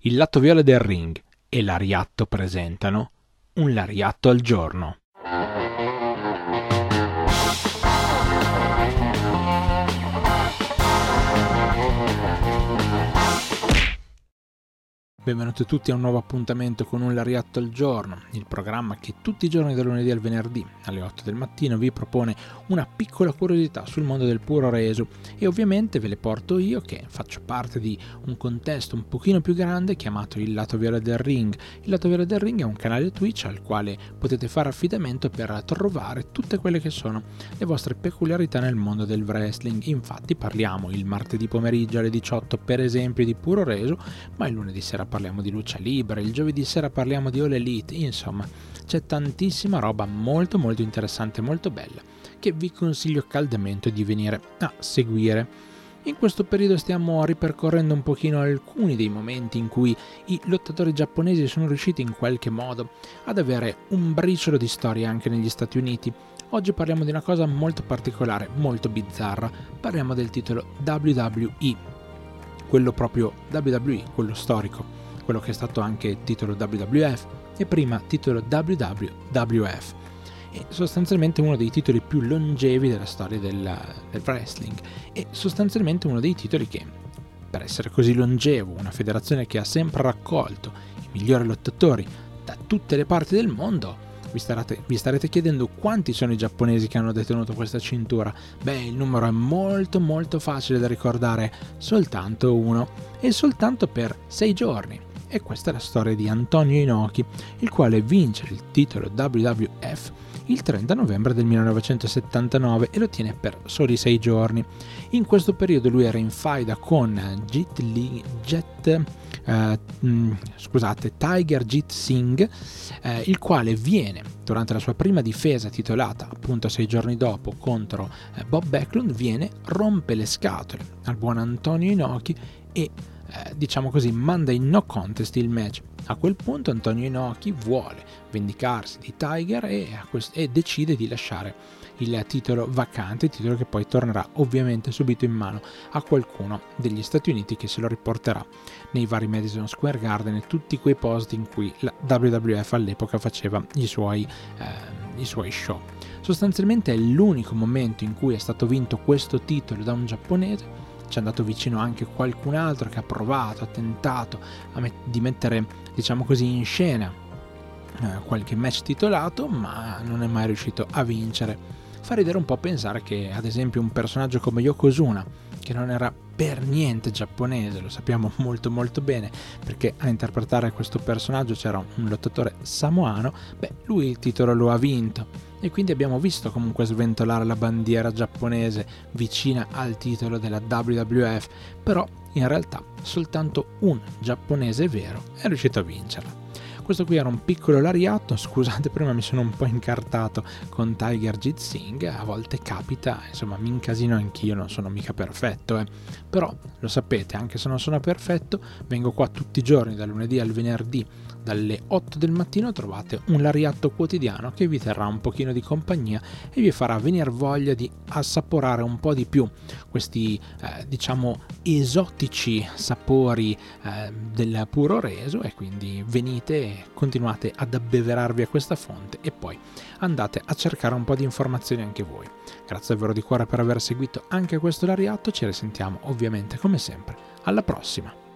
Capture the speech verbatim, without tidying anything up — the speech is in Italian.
Il lato viola del ring e l'Ariatto presentano Un Lariatto al giorno. Benvenuti tutti a un nuovo appuntamento con Un Lariatto al giorno, il programma che tutti i giorni dal lunedì al venerdì alle otto del mattino vi propone una piccola curiosità sul mondo del puro reso e ovviamente ve le porto io che faccio parte di un contesto un pochino più grande chiamato il lato viola del ring. Il lato viola del ring è un canale Twitch al quale potete fare affidamento per trovare tutte quelle che sono le vostre peculiarità nel mondo del wrestling. Infatti parliamo il martedì pomeriggio alle diciotto per esempio di puro reso, ma il lunedì sera parliamo di lucha libera, il giovedì sera parliamo di All Elite, insomma c'è tantissima roba molto molto interessante, molto bella, che vi consiglio caldamente di venire a seguire. In questo periodo stiamo ripercorrendo un pochino alcuni dei momenti in cui i lottatori giapponesi sono riusciti in qualche modo ad avere un briciolo di storia anche negli Stati Uniti. Oggi parliamo di una cosa molto particolare, molto bizzarra, parliamo del titolo W W E, quello proprio W W E, quello storico, quello che è stato anche titolo W W F e prima titolo W W F, e sostanzialmente uno dei titoli più longevi della storia del, del wrestling e sostanzialmente uno dei titoli che, per essere così longevo, una federazione che ha sempre raccolto i migliori lottatori da tutte le parti del mondo. Vi starete, vi starete chiedendo quanti sono i giapponesi che hanno detenuto questa cintura? Beh, il numero è molto molto facile da ricordare, soltanto uno, e soltanto per sei giorni. E questa è la storia di Antonio Inoki, il quale vince il titolo W W F il trenta novembre del millenovecentosettantanove e lo tiene per soli sei giorni. In questo periodo lui era in faida con Jet Li, Jet, eh, mh, scusate, Tiger Jeet Singh, eh, il quale viene, durante la sua prima difesa titolata appunto sei giorni dopo contro eh, Bob Backlund, viene, rompe le scatole al buon Antonio Inoki e Eh, diciamo così, manda in no contest il match. A quel punto Antonio Inoki vuole vendicarsi di Tiger e, quest- e decide di lasciare il titolo vacante, il titolo che poi tornerà ovviamente subito in mano a qualcuno degli Stati Uniti che se lo riporterà nei vari Madison Square Garden e tutti quei posti in cui la W W F all'epoca faceva i suoi, eh, i suoi show. Sostanzialmente è l'unico momento in cui è stato vinto questo titolo da un giapponese. Ci è andato vicino anche qualcun altro che ha provato, ha tentato a met- di mettere, diciamo così, in scena eh, qualche match titolato, ma non è mai riuscito a vincere. Fa ridere un po' pensare che, ad esempio, un personaggio come Yokozuna, che non era per niente giapponese, lo sappiamo molto molto bene, perché a interpretare questo personaggio c'era un lottatore samoano, beh, lui il titolo lo ha vinto. E quindi abbiamo visto comunque sventolare la bandiera giapponese vicina al titolo della W W F, però in realtà soltanto un giapponese vero è riuscito a vincerla. Questo qui era un piccolo lariatto, scusate, prima mi sono un po' incartato con Tiger Jeet Singh, a volte capita, insomma mi incasino anch'io, non sono mica perfetto, eh. Però lo sapete, anche se non sono perfetto, vengo qua tutti i giorni, dal lunedì al venerdì, dalle otto del mattino trovate un lariatto quotidiano che vi terrà un pochino di compagnia e vi farà venire voglia di assaporare un po' di più questi, eh, diciamo, esotici sapori eh, del puro reso, e quindi venite e continuate ad abbeverarvi a questa fonte e poi andate a cercare un po' di informazioni anche voi. Grazie davvero di cuore per aver seguito anche questo lariatto, ci risentiamo ovviamente come sempre alla prossima.